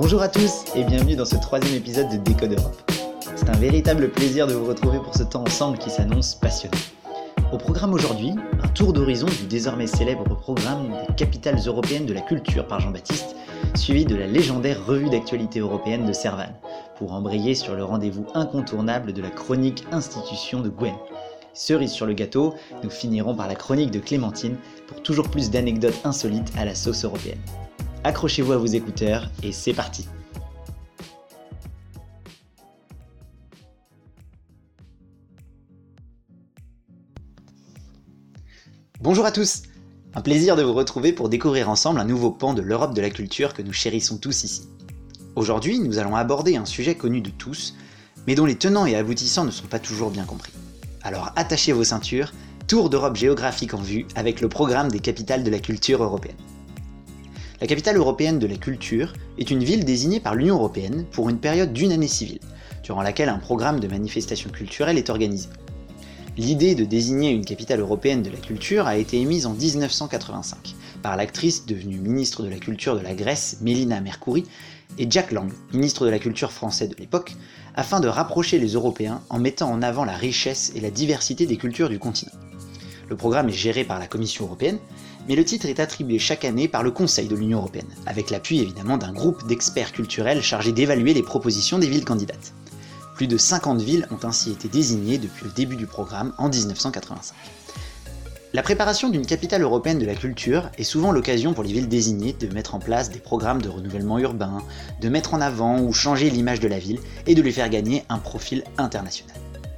Bonjour à tous et bienvenue dans ce troisième épisode de Décode Europe. C'est un véritable plaisir de vous retrouver pour ce temps ensemble qui s'annonce passionnant. Au programme aujourd'hui, un tour d'horizon du désormais célèbre programme des capitales européennes de la culture par Jean-Baptiste, suivi de la légendaire revue d'actualité européenne de Servan, pour embrayer sur le rendez-vous incontournable de la chronique Institution de Gwen. Cerise sur le gâteau, nous finirons par la chronique de Clémentine pour toujours plus d'anecdotes insolites à la sauce européenne. Accrochez-vous à vos écouteurs et c'est parti! Bonjour à tous! Un plaisir de vous retrouver pour découvrir ensemble un nouveau pan de l'Europe de la culture que nous chérissons tous ici. Aujourd'hui, nous allons aborder un sujet connu de tous, mais dont les tenants et aboutissants ne sont pas toujours bien compris. Alors attachez vos ceintures, tour d'Europe géographique en vue avec le programme des capitales de la culture européenne. La capitale européenne de la culture est une ville désignée par l'Union européenne pour une période d'une année civile, durant laquelle un programme de manifestations culturelles est organisé. L'idée de désigner une capitale européenne de la culture a été émise en 1985 par l'actrice devenue ministre de la Culture de la Grèce, Mélina Mercouri, et Jack Lang, ministre de la Culture français de l'époque, afin de rapprocher les Européens en mettant en avant la richesse et la diversité des cultures du continent. Le programme est géré par la Commission européenne, mais le titre est attribué chaque année par le Conseil de l'Union européenne, avec l'appui évidemment d'un groupe d'experts culturels chargés d'évaluer les propositions des villes candidates. Plus de 50 villes ont ainsi été désignées depuis le début du programme en 1985. La préparation d'une capitale européenne de la culture est souvent l'occasion pour les villes désignées de mettre en place des programmes de renouvellement urbain, de mettre en avant ou changer l'image de la ville et de lui faire gagner un profil international.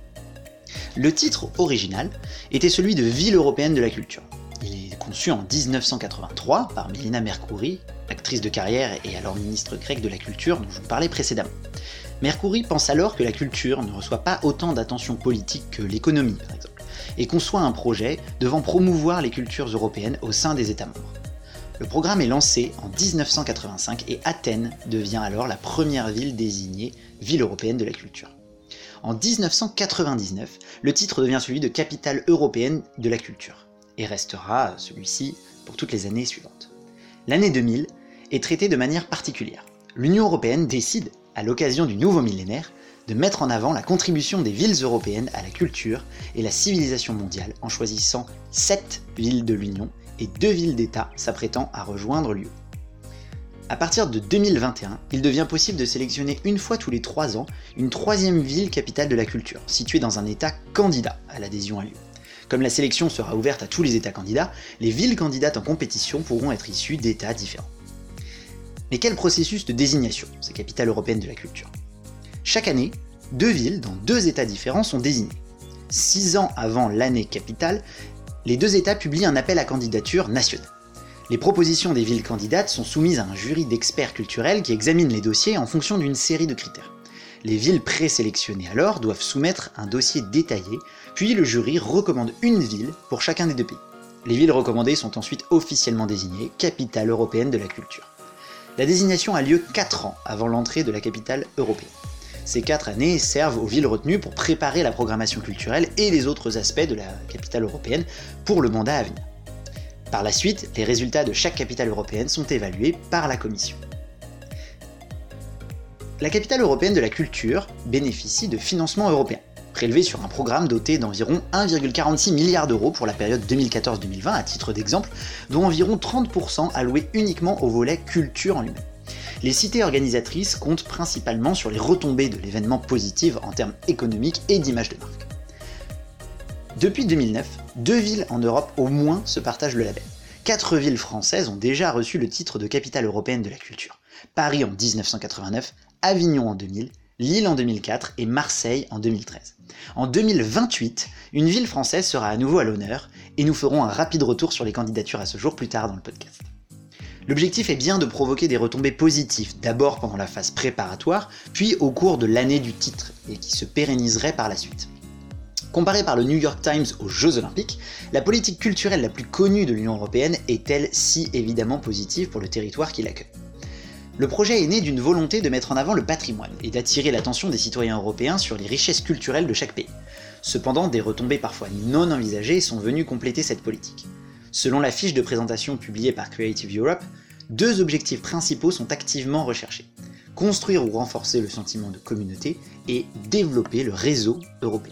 Le titre original était celui de Ville européenne de la culture. Il est conçu en 1983 par Mélina Mercouri, actrice de carrière et alors ministre grecque de la culture dont je vous parlais précédemment. Mercouri pense alors que la culture ne reçoit pas autant d'attention politique que l'économie, par exemple, et conçoit un projet devant promouvoir les cultures européennes au sein des États membres. Le programme est lancé en 1985 et Athènes devient alors la première ville désignée Ville européenne de la culture. En 1999, le titre devient celui de Capitale européenne de la culture, et restera celui-ci pour toutes les années suivantes. L'année 2000 est traitée de manière particulière. L'Union européenne décide, à l'occasion du nouveau millénaire, de mettre en avant la contribution des villes européennes à la culture et la civilisation mondiale en choisissant 7 villes de l'Union et 2 villes d'État s'apprêtant à rejoindre l'UE. À partir de 2021, il devient possible de sélectionner une fois tous les 3 ans une 3e ville capitale de la culture, située dans un État candidat à l'adhésion à l'UE. Comme la sélection sera ouverte à tous les États candidats, les villes candidates en compétition pourront être issues d'États différents. Mais quel processus de désignation, ces capitales européennes de la culture? Chaque année, 2 villes dans 2 États différents sont désignées. 6 ans avant l'année capitale, les 2 États publient un appel à candidature national. Les propositions des villes candidates sont soumises à un jury d'experts culturels qui examine les dossiers en fonction d'une série de critères. Les villes présélectionnées alors doivent soumettre un dossier détaillé, puis le jury recommande une ville pour chacun des 2 pays. Les villes recommandées sont ensuite officiellement désignées capitale européenne de la culture. La désignation a lieu 4 ans avant l'entrée de la capitale européenne. Ces 4 années servent aux villes retenues pour préparer la programmation culturelle et les autres aspects de la capitale européenne pour le mandat à venir. Par la suite, les résultats de chaque capitale européenne sont évalués par la Commission. La capitale européenne de la culture bénéficie de financements européens, prélevés sur un programme doté d'environ 1,46 milliard d'euros pour la période 2014-2020 à titre d'exemple, dont environ 30% alloués uniquement au volet culture en lui-même. Les cités organisatrices comptent principalement sur les retombées de l'événement positives en termes économiques et d'image de marque. Depuis 2009, 2 villes en Europe au moins se partagent le label. 4 villes françaises ont déjà reçu le titre de capitale européenne de la culture. Paris en 1989, Avignon en 2000, Lille en 2004 et Marseille en 2013. En 2028, une ville française sera à nouveau à l'honneur et nous ferons un rapide retour sur les candidatures à ce jour plus tard dans le podcast. L'objectif est bien de provoquer des retombées positives, d'abord pendant la phase préparatoire, puis au cours de l'année du titre, et qui se pérenniserait par la suite. Comparée par le New York Times aux Jeux Olympiques, la politique culturelle la plus connue de l'Union européenne est-elle si évidemment positive pour le territoire qui l'accueille? Le projet est né d'une volonté de mettre en avant le patrimoine et d'attirer l'attention des citoyens européens sur les richesses culturelles de chaque pays. Cependant, des retombées parfois non envisagées sont venues compléter cette politique. Selon la fiche de présentation publiée par Creative Europe, 2 objectifs principaux sont activement recherchés. construire ou renforcer le sentiment de communauté et développer le réseau européen.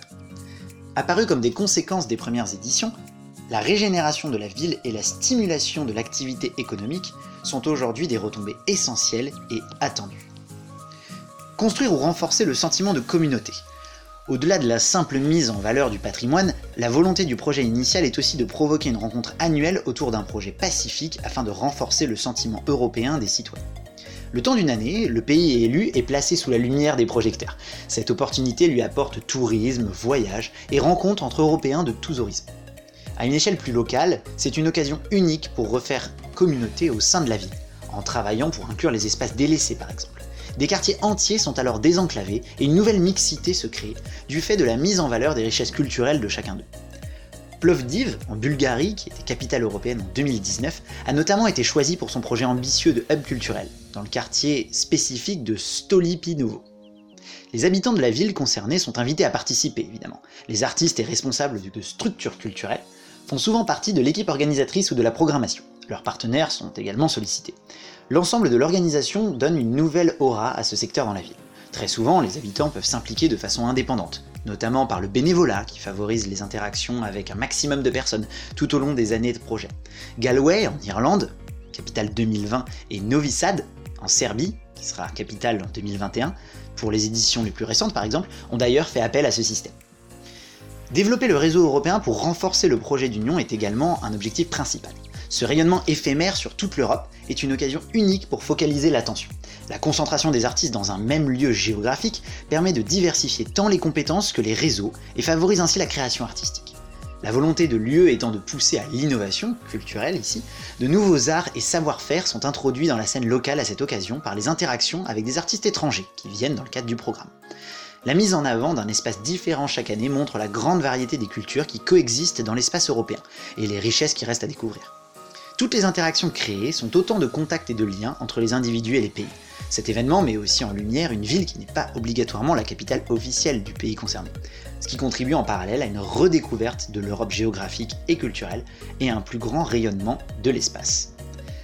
Apparu comme des conséquences des premières éditions, la régénération de la ville et la stimulation de l'activité économique sont aujourd'hui des retombées essentielles et attendues. Construire ou renforcer le sentiment de communauté. Au-delà de la simple mise en valeur du patrimoine, la volonté du projet initial est aussi de provoquer une rencontre annuelle autour d'un projet pacifique afin de renforcer le sentiment européen des citoyens. Le temps d'une année, le pays élu est placé sous la lumière des projecteurs. Cette opportunité lui apporte tourisme, voyage et rencontres entre Européens de tous horizons. À une échelle plus locale, c'est une occasion unique pour refaire communauté au sein de la ville, en travaillant pour inclure les espaces délaissés par exemple. Des quartiers entiers sont alors désenclavés et une nouvelle mixité se crée du fait de la mise en valeur des richesses culturelles de chacun d'eux. Plovdiv, en Bulgarie, qui était capitale européenne en 2019, a notamment été choisi pour son projet ambitieux de hub culturel, dans le quartier spécifique de Stolipinovo. Les habitants de la ville concernée sont invités à participer, évidemment. Les artistes et responsables de structures culturelles font souvent partie de l'équipe organisatrice ou de la programmation. Leurs partenaires sont également sollicités. L'ensemble de l'organisation donne une nouvelle aura à ce secteur dans la ville. Très souvent, les habitants peuvent s'impliquer de façon indépendante, notamment par le bénévolat qui favorise les interactions avec un maximum de personnes tout au long des années de projet. Galway, en Irlande, capitale 2020, et Novi Sad, en Serbie, qui sera capitale en 2021, pour les éditions les plus récentes par exemple, ont d'ailleurs fait appel à ce système. Développer le réseau européen pour renforcer le projet d'union est également un objectif principal. Ce rayonnement éphémère sur toute l'Europe est une occasion unique pour focaliser l'attention. La concentration des artistes dans un même lieu géographique permet de diversifier tant les compétences que les réseaux et favorise ainsi la création artistique. La volonté de l'UE étant de pousser à l'innovation culturelle ici, de nouveaux arts et savoir-faire sont introduits dans la scène locale à cette occasion par les interactions avec des artistes étrangers qui viennent dans le cadre du programme. La mise en avant d'un espace différent chaque année montre la grande variété des cultures qui coexistent dans l'espace européen et les richesses qui restent à découvrir. Toutes les interactions créées sont autant de contacts et de liens entre les individus et les pays. Cet événement met aussi en lumière une ville qui n'est pas obligatoirement la capitale officielle du pays concerné, ce qui contribue en parallèle à une redécouverte de l'Europe géographique et culturelle et à un plus grand rayonnement de l'espace.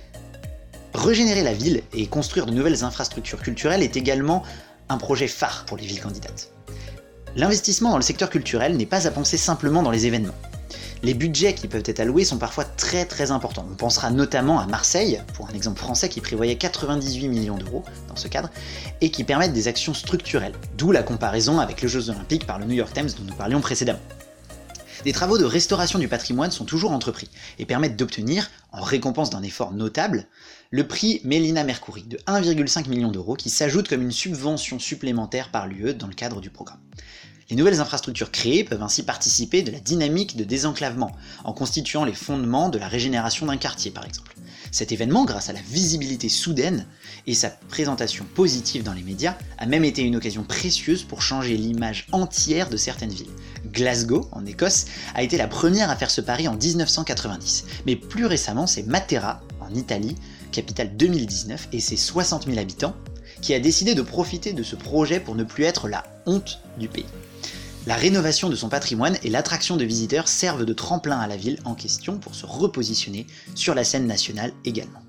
Régénérer la ville et construire de nouvelles infrastructures culturelles est également un projet phare pour les villes candidates. L'investissement dans le secteur culturel n'est pas à penser simplement dans les événements. Les budgets qui peuvent être alloués sont parfois très importants. On pensera notamment à Marseille, pour un exemple français qui prévoyait 98 millions d'euros dans ce cadre, et qui permettent des actions structurelles, d'où la comparaison avec les Jeux Olympiques par le New York Times dont nous parlions précédemment. Des travaux de restauration du patrimoine sont toujours entrepris et permettent d'obtenir, en récompense d'un effort notable, le prix Mélina Mercouri de 1,5 million d'euros qui s'ajoute comme une subvention supplémentaire par l'UE dans le cadre du programme. Les nouvelles infrastructures créées peuvent ainsi participer de la dynamique de désenclavement, en constituant les fondements de la régénération d'un quartier par exemple. Cet événement, grâce à la visibilité soudaine et sa présentation positive dans les médias, a même été une occasion précieuse pour changer l'image entière de certaines villes. Glasgow, en Écosse, a été la première à faire ce pari en 1990, mais plus récemment c'est Matera, en Italie, capitale 2019, et ses 60 000 habitants, qui a décidé de profiter de ce projet pour ne plus être la honte du pays. La rénovation de son patrimoine et l'attraction de visiteurs servent de tremplin à la ville en question pour se repositionner sur la scène nationale également.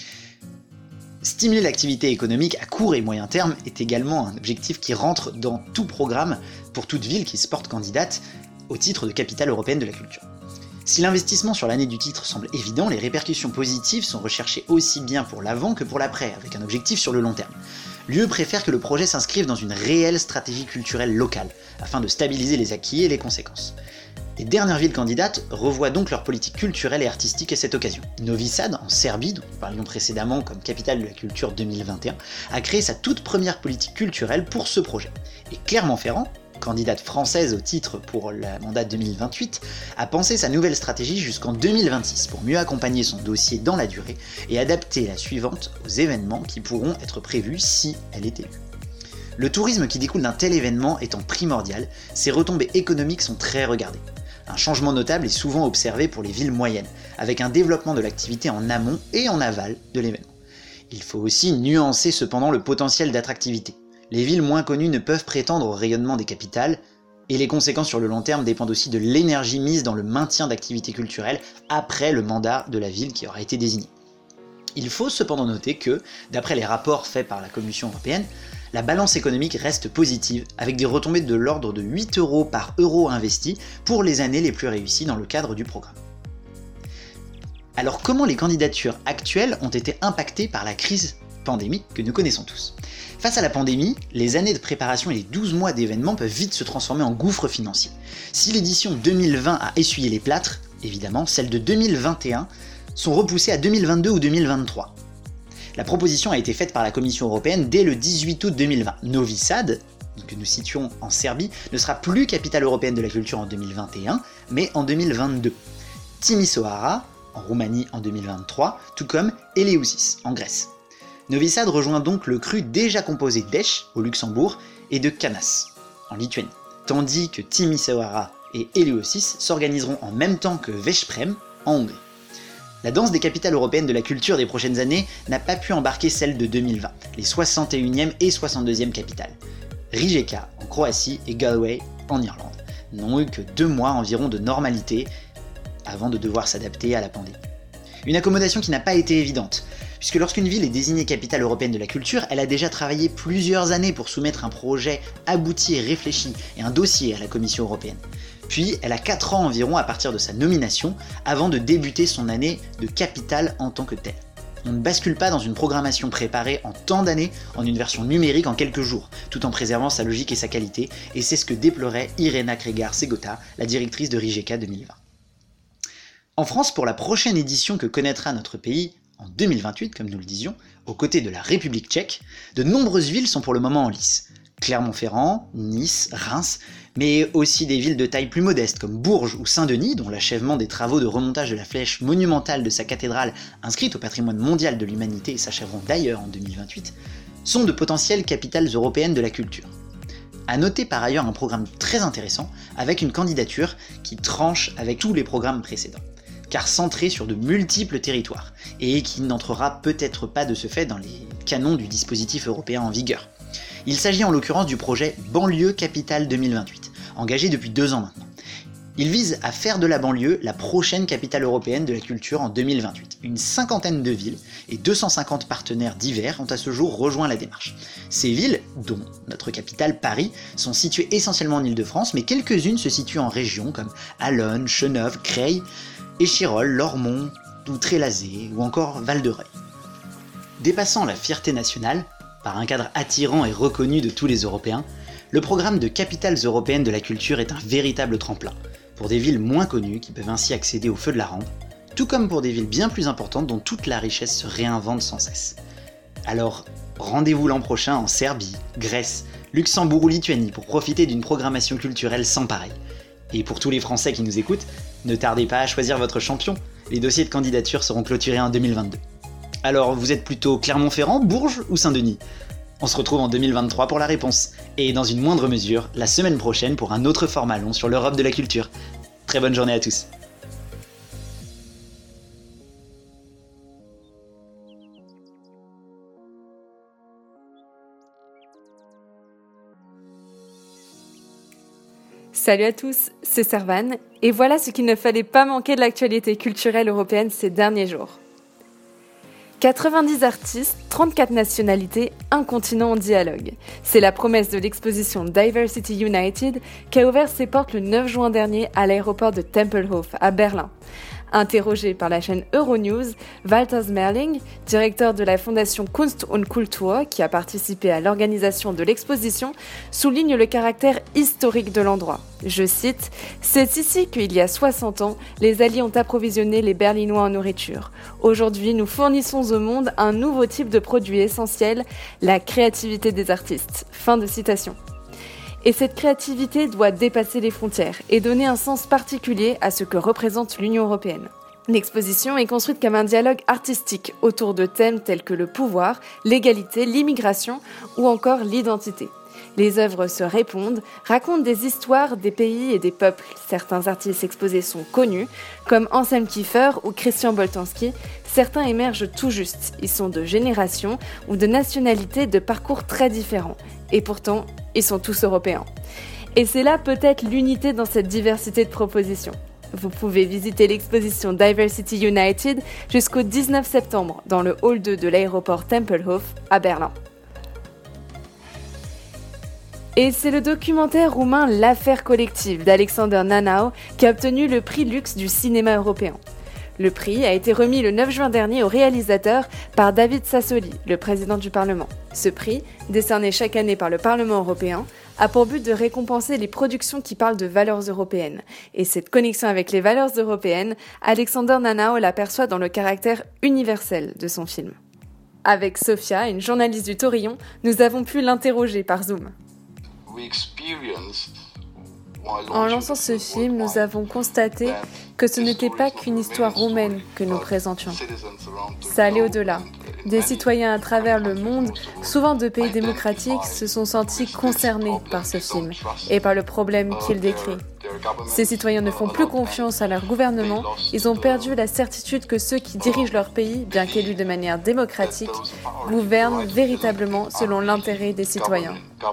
Stimuler l'activité économique à court et moyen terme est également un objectif qui rentre dans tout programme pour toute ville qui se porte candidate au titre de capitale européenne de la culture. Si l'investissement sur l'année du titre semble évident, les répercussions positives sont recherchées aussi bien pour l'avant que pour l'après, avec un objectif sur le long terme. L'UE préfère que le projet s'inscrive dans une réelle stratégie culturelle locale, afin de stabiliser les acquis et les conséquences. Les dernières villes candidates revoient donc leur politique culturelle et artistique à cette occasion. Novi Sad, en Serbie, dont nous parlions précédemment comme capitale de la culture 2021, a créé sa toute première politique culturelle pour ce projet. Et Clermont-Ferrand, candidate française au titre pour le mandat 2028, a pensé sa nouvelle stratégie jusqu'en 2026 pour mieux accompagner son dossier dans la durée et adapter la suivante aux événements qui pourront être prévus si elle est élue. Le tourisme qui découle d'un tel événement étant primordial, ses retombées économiques sont très regardées. Un changement notable est souvent observé pour les villes moyennes, avec un développement de l'activité en amont et en aval de l'événement. Il faut aussi nuancer cependant le potentiel d'attractivité. Les villes moins connues ne peuvent prétendre au rayonnement des capitales, et les conséquences sur le long terme dépendent aussi de l'énergie mise dans le maintien d'activités culturelles après le mandat de la ville qui aura été désignée. Il faut cependant noter que, d'après les rapports faits par la Commission européenne, la balance économique reste positive, avec des retombées de l'ordre de 8 € par euro investi pour les années les plus réussies dans le cadre du programme. Alors comment les candidatures actuelles ont été impactées par la crise pandémique que nous connaissons tous ? Face à la pandémie, les années de préparation et les 12 mois d'événements peuvent vite se transformer en gouffre financier. Si l'édition 2020 a essuyé les plâtres, évidemment, celles de 2021 sont repoussées à 2022 ou 2023. La proposition a été faite par la Commission européenne dès le 18 août 2020. Novi Sad, que nous situons en Serbie, ne sera plus capitale européenne de la culture en 2021, mais en 2022. Timisoara, en Roumanie en 2023, tout comme Eleusis, en Grèce. Novi Sad rejoint donc le cru déjà composé d'Esch, au Luxembourg, et de Kaunas, en Lituanie, tandis que Timisoara et Eleusis s'organiseront en même temps que Veszprém, en Hongrie. La danse des capitales européennes de la culture des prochaines années n'a pas pu embarquer celle de 2020, les 61e et 62e capitales. Rijeka en Croatie et Galway en Irlande n'ont eu que 2 mois environ de normalité avant de devoir s'adapter à la pandémie. Une accommodation qui n'a pas été évidente, puisque lorsqu'une ville est désignée capitale européenne de la culture, elle a déjà travaillé plusieurs années pour soumettre un projet abouti et réfléchi et un dossier à la Commission européenne. Puis, elle a 4 ans environ à partir de sa nomination avant de débuter son année de capitale en tant que telle. On ne bascule pas dans une programmation préparée en tant d'années en une version numérique en quelques jours, tout en préservant sa logique et sa qualité, et c'est ce que déplorait Irena Kregar-Segota, la directrice de Rijeka 2020. En France, pour la prochaine édition que connaîtra notre pays, en 2028, comme nous le disions, aux côtés de la République tchèque, de nombreuses villes sont pour le moment en lice. Clermont-Ferrand, Nice, Reims, mais aussi des villes de taille plus modeste comme Bourges ou Saint-Denis, dont l'achèvement des travaux de remontage de la flèche monumentale de sa cathédrale, inscrite au patrimoine mondial de l'humanité et s'achèveront d'ailleurs en 2028, sont de potentielles capitales européennes de la culture. À noter par ailleurs un programme très intéressant, avec une candidature qui tranche avec tous les programmes précédents, car centré sur de multiples territoires, et qui n'entrera peut-être pas de ce fait dans les canons du dispositif européen en vigueur. Il s'agit en l'occurrence du projet Banlieue Capitale 2028, engagé depuis 2 ans maintenant. Il vise à faire de la banlieue la prochaine capitale européenne de la culture en 2028. Une 50aine de villes et 250 partenaires divers ont à ce jour rejoint la démarche. Ces villes, dont notre capitale Paris, sont situées essentiellement en Île-de-France, mais quelques-unes se situent en région comme Allonne, Chenôve, Creil, Échirolles, Lormont, ou Trélazé, ou encore Val-de-Reuil. Dépassant la fierté nationale, par un cadre attirant et reconnu de tous les Européens, le programme de capitales européennes de la culture est un véritable tremplin, pour des villes moins connues qui peuvent ainsi accéder au feu de la rampe, tout comme pour des villes bien plus importantes dont toute la richesse se réinvente sans cesse. Alors, rendez-vous l'an prochain en Serbie, Grèce, Luxembourg ou Lituanie pour profiter d'une programmation culturelle sans pareil. Et pour tous les Français qui nous écoutent, ne tardez pas à choisir votre champion, les dossiers de candidature seront clôturés en 2022. Alors, vous êtes plutôt Clermont-Ferrand, Bourges ou Saint-Denis ? On se retrouve en 2023 pour la réponse, et dans une moindre mesure, la semaine prochaine pour un autre format long sur l'Europe de la culture. Très bonne journée à tous. Salut à tous, c'est Servane, et voilà ce qu'il ne fallait pas manquer de l'actualité culturelle européenne ces derniers jours. 90 artistes, 34 nationalités, un continent en dialogue. C'est la promesse de l'exposition Diversity United qui a ouvert ses portes le 9 juin dernier à l'aéroport de Tempelhof à Berlin. Interrogé par la chaîne Euronews, Walter Smerling, directeur de la fondation Kunst und Kultur, qui a participé à l'organisation de l'exposition, souligne le caractère historique de l'endroit. Je cite, « C'est ici qu'il y a 60 ans, les Alliés ont approvisionné les Berlinois en nourriture. Aujourd'hui, nous fournissons au monde un nouveau type de produit essentiel, la créativité des artistes. » Fin de citation. Et cette créativité doit dépasser les frontières et donner un sens particulier à ce que représente l'Union européenne. L'exposition est construite comme un dialogue artistique autour de thèmes tels que le pouvoir, l'égalité, l'immigration ou encore l'identité. Les œuvres se répondent, racontent des histoires des pays et des peuples. Certains artistes exposés sont connus, comme Anselm Kiefer ou Christian Boltanski. Certains émergent tout juste. Ils sont de générations ou de nationalités de parcours très différents. Et pourtant, ils sont tous européens. Et c'est là peut-être l'unité dans cette diversité de propositions. Vous pouvez visiter l'exposition Diversity United jusqu'au 19 septembre dans le hall 2 de l'aéroport Tempelhof à Berlin. Et c'est le documentaire roumain L'affaire collective d'Alexander Nanau qui a obtenu le prix Lux du cinéma européen. Le prix a été remis le 9 juin dernier au réalisateur par David Sassoli, le président du Parlement. Ce prix, décerné chaque année par le Parlement européen, a pour but de récompenser les productions qui parlent de valeurs européennes. Et cette connexion avec les valeurs européennes, Alexander Nanau l'aperçoit dans le caractère universel de son film. Avec Sofia, une journaliste du Torillon, nous avons pu l'interroger par Zoom. En lançant ce film, nous avons constaté que ce n'était pas qu'une histoire roumaine que nous présentions. Ça allait au-delà. Des citoyens à travers le monde, souvent de pays démocratiques, se sont sentis concernés par ce film et par le problème qu'il décrit. Ces citoyens ne font plus confiance à leur gouvernement, ils ont perdu la certitude que ceux qui dirigent leur pays, bien qu'élus de manière démocratique, gouvernent véritablement selon l'intérêt des citoyens.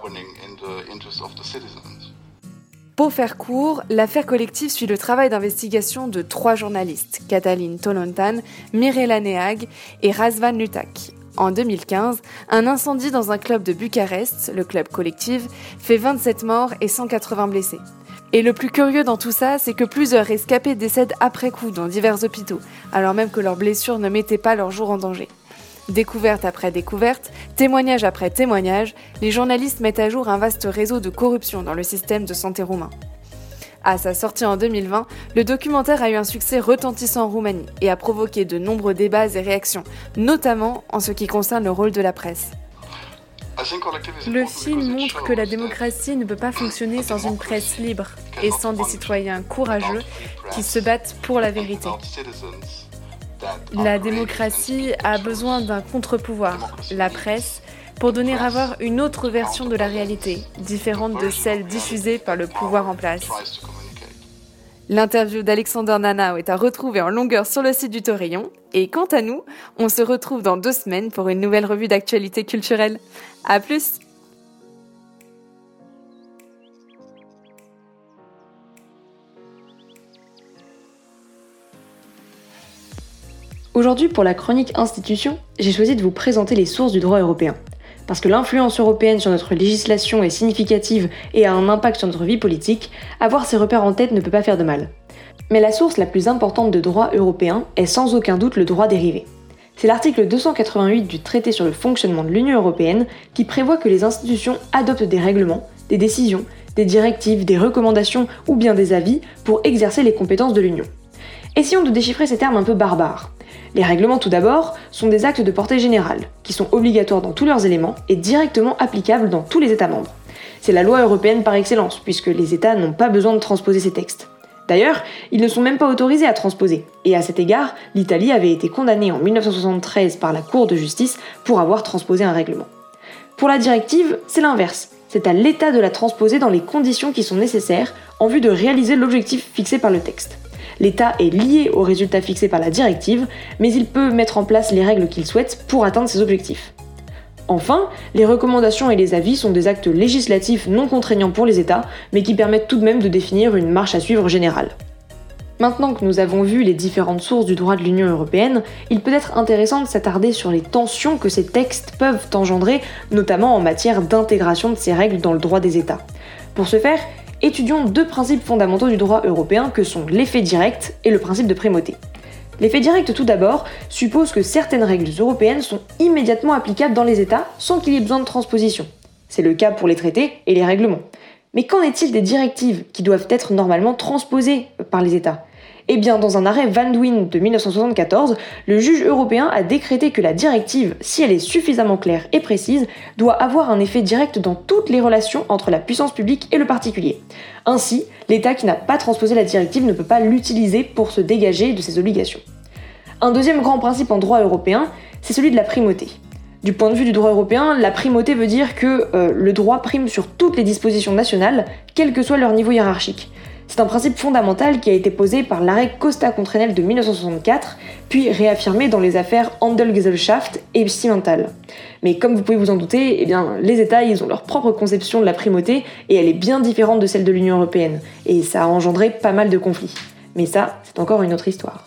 Pour faire court, l'affaire collective suit le travail d'investigation de 3 journalistes, Catalin Tolontan, Mirela Neag et Razvan Lutak. En 2015, un incendie dans un club de Bucarest, le club collective, fait 27 morts et 180 blessés. Et le plus curieux dans tout ça, c'est que plusieurs rescapés décèdent après coup dans divers hôpitaux, alors même que leurs blessures ne mettaient pas leur jour en danger. Découverte après découverte, témoignage après témoignage, les journalistes mettent à jour un vaste réseau de corruption dans le système de santé roumain. À sa sortie en 2020, le documentaire a eu un succès retentissant en Roumanie et a provoqué de nombreux débats et réactions, notamment en ce qui concerne le rôle de la presse. Le film montre que la démocratie ne peut pas fonctionner sans une presse libre et sans des citoyens courageux qui se battent pour la vérité. La démocratie a besoin d'un contre-pouvoir, la presse, pour donner à voir une autre version de la réalité, différente de celle diffusée par le pouvoir en place. L'interview d'Alexander Nanau est à retrouver en longueur sur le site du Torillon. Et quant à nous, on se retrouve dans 2 semaines pour une nouvelle revue d'actualité culturelle. À plus! Aujourd'hui, pour la chronique Institutions, j'ai choisi de vous présenter les sources du droit européen. Parce que l'influence européenne sur notre législation est significative et a un impact sur notre vie politique, avoir ces repères en tête ne peut pas faire de mal. Mais la source la plus importante de droit européen est sans aucun doute le droit dérivé. C'est l'article 288 du traité sur le fonctionnement de l'Union européenne qui prévoit que les institutions adoptent des règlements, des décisions, des directives, des recommandations ou bien des avis pour exercer les compétences de l'Union. Essayons de déchiffrer ces termes un peu barbares. Les règlements, tout d'abord, sont des actes de portée générale, qui sont obligatoires dans tous leurs éléments et directement applicables dans tous les États membres. C'est la loi européenne par excellence, puisque les États n'ont pas besoin de transposer ces textes. D'ailleurs, ils ne sont même pas autorisés à transposer, et à cet égard, l'Italie avait été condamnée en 1973 par la Cour de justice pour avoir transposé un règlement. Pour la directive, c'est l'inverse. C'est à l'État de la transposer dans les conditions qui sont nécessaires en vue de réaliser l'objectif fixé par le texte. L'État est lié aux résultats fixés par la directive, mais il peut mettre en place les règles qu'il souhaite pour atteindre ses objectifs. Enfin, les recommandations et les avis sont des actes législatifs non contraignants pour les États, mais qui permettent tout de même de définir une marche à suivre générale. Maintenant que nous avons vu les différentes sources du droit de l'Union européenne, il peut être intéressant de s'attarder sur les tensions que ces textes peuvent engendrer, notamment en matière d'intégration de ces règles dans le droit des États. Pour ce faire, étudions 2 principes fondamentaux du droit européen que sont l'effet direct et le principe de primauté. L'effet direct, tout d'abord, suppose que certaines règles européennes sont immédiatement applicables dans les États sans qu'il y ait besoin de transposition. C'est le cas pour les traités et les règlements. Mais qu'en est-il des directives qui doivent être normalement transposées par les États ? Eh bien, dans un arrêt Van Duyn de 1974, le juge européen a décrété que la directive, si elle est suffisamment claire et précise, doit avoir un effet direct dans toutes les relations entre la puissance publique et le particulier. Ainsi, l'État qui n'a pas transposé la directive ne peut pas l'utiliser pour se dégager de ses obligations. Un deuxième grand principe en droit européen, c'est celui de la primauté. Du point de vue du droit européen, la primauté veut dire que le droit prime sur toutes les dispositions nationales, quel que soit leur niveau hiérarchique. C'est un principe fondamental qui a été posé par l'arrêt Costa contre Enel de 1964, puis réaffirmé dans les affaires Handelsgesellschaft et Cimental. Mais comme vous pouvez vous en douter, eh bien, les États ils ont leur propre conception de la primauté et elle est bien différente de celle de l'Union européenne, et ça a engendré pas mal de conflits. Mais ça, c'est encore une autre histoire.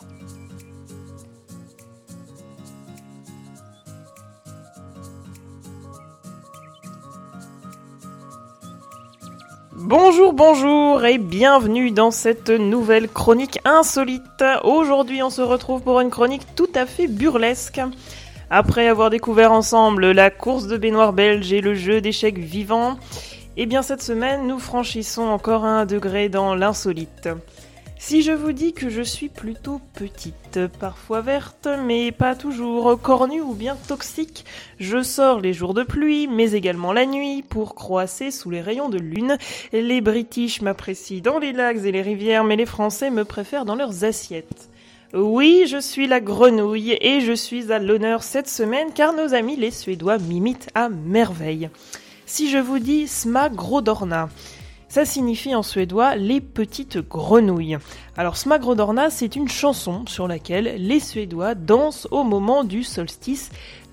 Bonjour et bienvenue dans cette nouvelle chronique insolite. Aujourd'hui, on se retrouve pour une chronique tout à fait burlesque. Après avoir découvert ensemble la course de baignoire belge et le jeu d'échecs vivant, eh bien cette semaine, nous franchissons encore un degré dans l'insolite. Si je vous dis que je suis plutôt petite, parfois verte, mais pas toujours, cornue ou bien toxique, je sors les jours de pluie, mais également la nuit, pour croasser sous les rayons de lune. Les British m'apprécient dans les lacs et les rivières, mais les Français me préfèrent dans leurs assiettes. Oui, je suis la grenouille, et je suis à l'honneur cette semaine, car nos amis les Suédois m'imitent à merveille. Si je vous dis smagrodorna, ça signifie en suédois « les petites grenouilles ». Alors smagrodorna, c'est une chanson sur laquelle les Suédois dansent au moment du solstice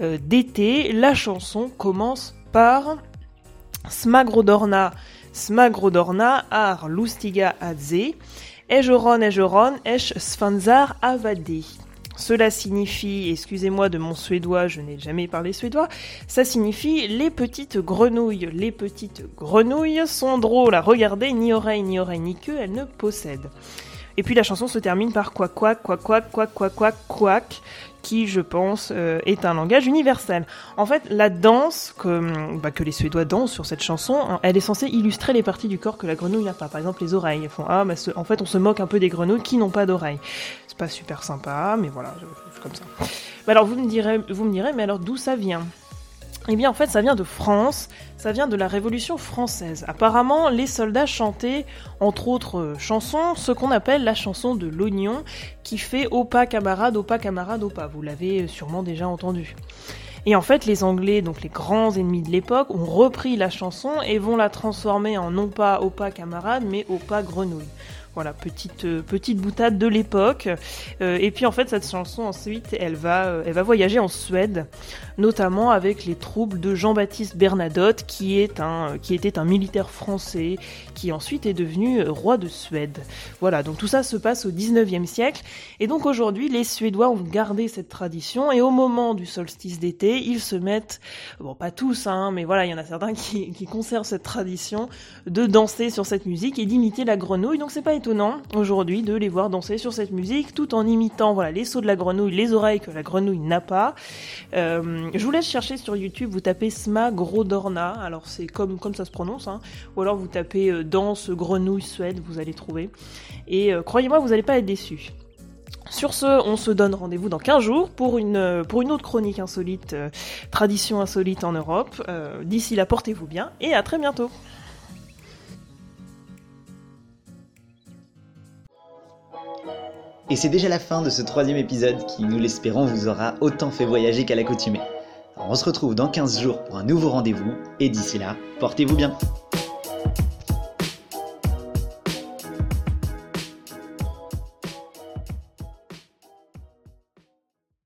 d'été. La chanson commence par smagrodorna, smagrodorna ar lustiga adze, ejoron esh svanzar avade. Cela signifie, excusez-moi de mon suédois, je n'ai jamais parlé suédois, ça signifie les petites grenouilles. Les petites grenouilles sont drôles à regarder, ni oreille ni queue, elles ne possèdent. Et puis la chanson se termine par quack quack quack quack quack quack quack quack, qui je pense est un langage universel. En fait, la danse que les Suédois dansent sur cette chanson, elle est censée illustrer les parties du corps que la grenouille n'a pas. Par exemple les oreilles. Elles font en fait on se moque un peu des grenouilles qui n'ont pas d'oreilles. C'est pas super sympa, mais voilà, c'est comme ça. Mais alors vous me direz, mais alors d'où ça vient ? Eh bien en fait ça vient de France, ça vient de la Révolution française. Apparemment les soldats chantaient, entre autres chansons, ce qu'on appelle la chanson de l'oignon, qui fait « Au pas camarade, au pas camarade, au pas ». Vous l'avez sûrement déjà entendu. Et en fait les Anglais, donc les grands ennemis de l'époque, ont repris la chanson et vont la transformer en non pas « Au pas camarade », mais « Au pas grenouille ». Voilà, petite boutade de l'époque. Et puis en fait, cette chanson ensuite, elle va voyager en Suède, notamment avec les troupes de Jean-Baptiste Bernadotte, qui était un militaire français, qui ensuite est devenu roi de Suède. Voilà, donc tout ça se passe au 19e siècle. Et donc aujourd'hui, les Suédois ont gardé cette tradition, et au moment du solstice d'été, ils se mettent, bon pas tous, mais voilà, il y en a certains qui conservent cette tradition de danser sur cette musique et d'imiter la grenouille. Donc c'est pas étonnant aujourd'hui de les voir danser sur cette musique tout en imitant les sauts de la grenouille, les oreilles que la grenouille n'a pas. Je vous laisse chercher sur YouTube, vous tapez smagrodorna, alors c'est comme ça se prononce, ou alors vous tapez danse grenouille Suède, vous allez trouver. Et croyez-moi, vous n'allez pas être déçus. Sur ce, on se donne rendez-vous dans 15 jours pour une autre chronique insolite, tradition insolite en Europe. D'ici là, portez-vous bien et à très bientôt. Et c'est déjà la fin de ce 3e épisode qui, nous l'espérons, vous aura autant fait voyager qu'à l'accoutumée. Alors on se retrouve dans 15 jours pour un nouveau rendez-vous, et d'ici là, portez-vous bien.